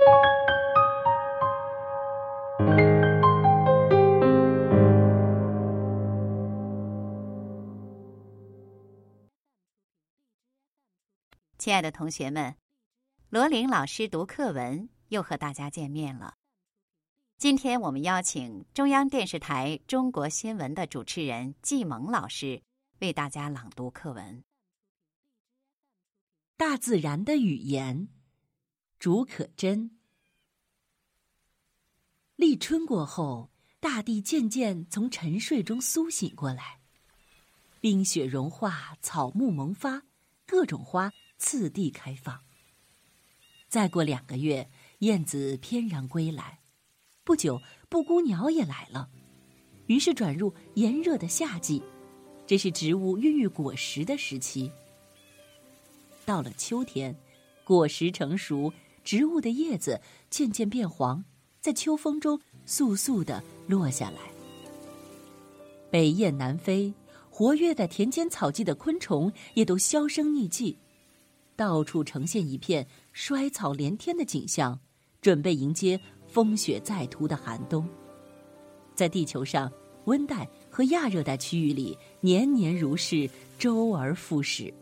亲爱的同学们，罗琳老师读课文又和大家见面了。今天我们邀请中央电视台中国新闻的主持人季萌老师为大家朗读课文。 大自然的语言，竺可桢。立春过后，大地渐渐从沉睡中苏醒过来，冰雪融化，草木萌发，各种花次第开放。再过2个月，燕子翩然归来，不久布谷鸟也来了，于是转入炎热的夏季，这是植物孕育果实的时期。到了秋天，果实成熟，植物的叶子渐渐变黄，在秋风中簌簌地落下来。北雁南飞，活跃在田间草地的昆虫也都销声匿迹，到处呈现一片衰草连天的景象，准备迎接风雪再突的寒冬。在地球上，温带和亚热带区域里，年年如是，周而复始。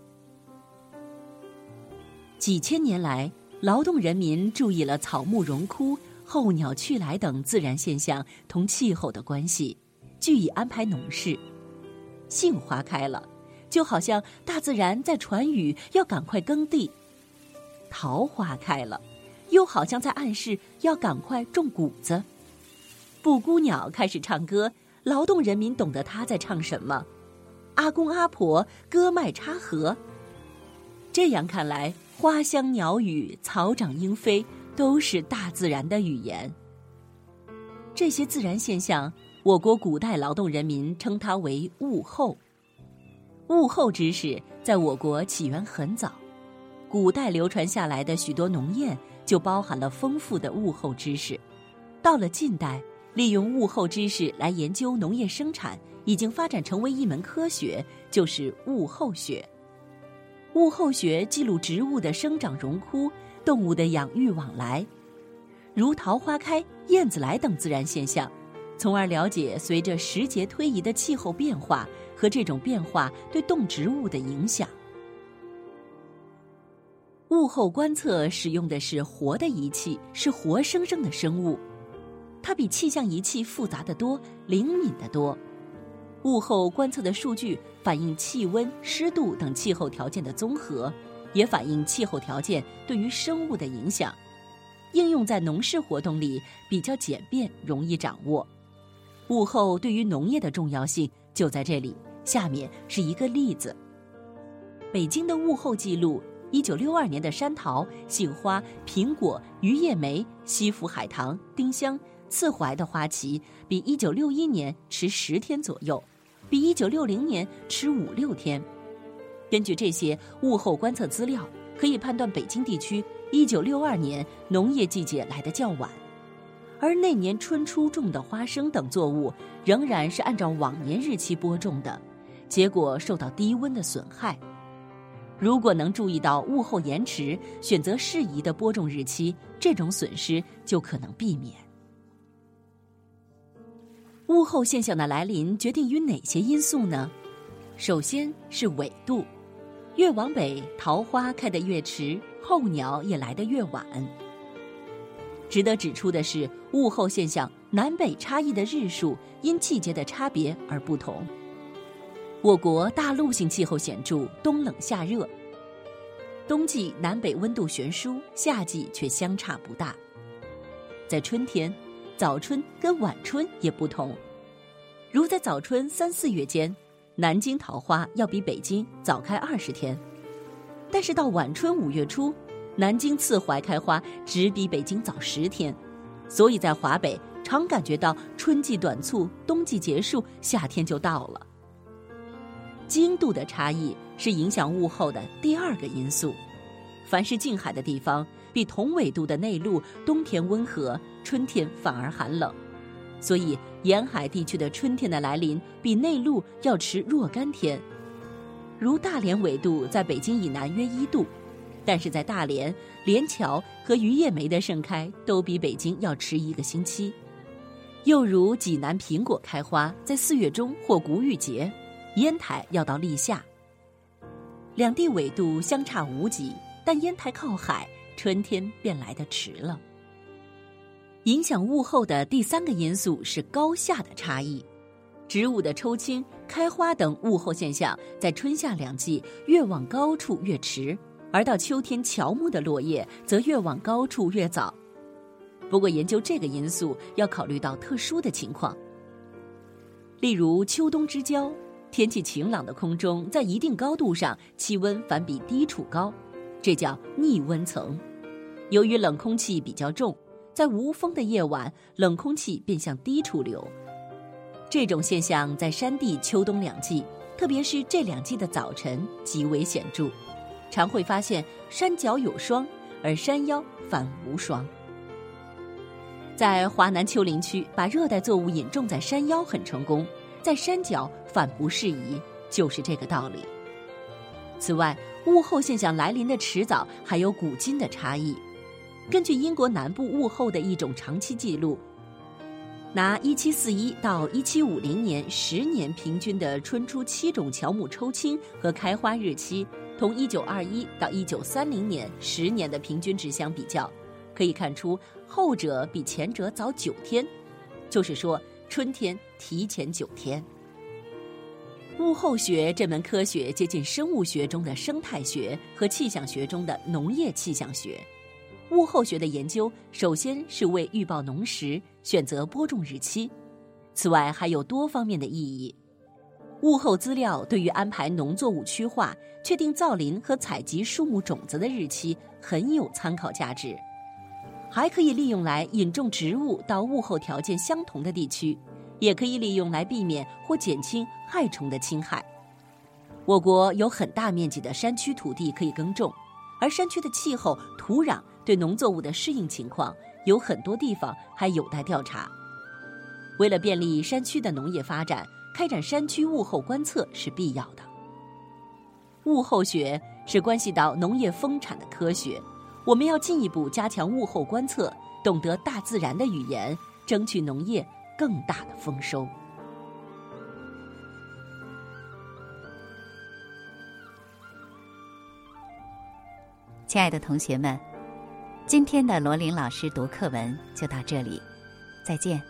几千年来，劳动人民注意了草木荣枯、候鸟去来等自然现象同气候的关系，据以安排农事。杏花开了，就好像大自然在传语要赶快耕地；桃花开了，又好像在暗示要赶快种谷子；布谷鸟开始唱歌，劳动人民懂得它在唱什么。阿公阿婆割麦插禾。这样看来，花香鸟语、草长莺飞都是大自然的语言。这些自然现象，我国古代劳动人民称它为物候。物候知识在我国起源很早，古代流传下来的许多农谚就包含了丰富的物候知识。到了近代，利用物候知识来研究农业生产已经发展成为一门科学，就是物候学。物候学记录植物的生长荣枯、动物的养育往来，如桃花开、燕子来等自然现象，从而了解随着时节推移的气候变化和这种变化对动植物的影响。物候观测使用的是活的仪器，是活生生的生物，它比气象仪器复杂得多，灵敏得多。物候观测的数据反映气温、湿度等气候条件的综合，也反映气候条件对于生物的影响。应用在农事活动里比较简便，容易掌握。物候对于农业的重要性就在这里，下面是一个例子。北京的物候记录：1962年的山桃、杏花、苹果、榆叶梅、西府海棠、丁香、刺槐的花期比1961年迟10天左右，比1960年迟5-6天。根据这些物候观测资料，可以判断北京地区1962年农业季节来得较晚，而那年春初种的花生等作物仍然是按照往年日期播种的，结果受到低温的损害。如果能注意到物候延迟，选择适宜的播种日期，这种损失就可能避免。物候现象的来临决定于哪些因素呢？首先是纬度，越往北，桃花开得越迟，候鸟也来得越晚。值得指出的是，物候现象南北差异的日数因季节的差别而不同。我国大陆性气候显著，冬冷夏热，冬季南北温度悬殊，夏季却相差不大。在春天，早春跟晚春也不同，如在早春3、4月间，南京桃花要比北京早开20天，但是到晚春5月初，南京刺槐开花只比北京早10天，所以在华北常感觉到春季短促，冬季结束，夏天就到了。经度的差异是影响物候的第2个因素。凡是近海的地方，比同纬度的内陆冬天温和，春天反而寒冷，所以沿海地区的春天的来临比内陆要迟若干天。如大连纬度在北京以南约1度， 但是在大连、连桥和榆叶梅的盛开都比北京要迟1个星期。又如济南苹果开花在4月中或谷雨节，烟台要到立夏。两地纬度相差无几，但烟台靠海，春天便来得迟了。影响物候的第3个因素是高下的差异。植物的抽青、开花等物候现象在春夏2季越往高处越迟，而到秋天乔木的落叶则越往高处越早。不过研究这个因素要考虑到特殊的情况，例如秋冬之交，天气晴朗的空中在一定高度上气温反比低处高，这叫逆温层。由于冷空气比较重，在无风的夜晚，冷空气便向低处流。这种现象在山地秋冬2季，特别是这2季的早晨极为显著，常会发现山脚有霜，而山腰反无霜。在华南丘陵区，把热带作物引种在山腰很成功，在山脚反不适宜，就是这个道理。此外，物候现象来临的迟早还有古今的差异。根据英国南部物候的一种长期记录，拿1741到1750年10年平均的春初7种乔木抽青和开花日期，同1921到1930年10年的平均值相比较，可以看出后者比前者早9天，就是说春天提前9天。物候学这门科学接近生物学中的生态学和气象学中的农业气象学。物候学的研究首先是为预报农时选择播种日期，此外还有多方面的意义。物候资料对于安排农作物区划、确定造林和采集树木种子的日期很有参考价值，还可以利用来引种植物到物候条件相同的地区，也可以利用来避免或减轻害虫的侵害。我国有很大面积的山区土地可以耕种，而山区的气候、土壤对农作物的适应情况有很多地方还有待调查。为了便利山区的农业发展，开展山区物候观测是必要的。物候学是关系到农业丰产的科学，我们要进一步加强物候观测，懂得大自然的语言，争取农业更大的丰收。 亲爱的同学们，今天的罗琳老师读课文就到这里，再见。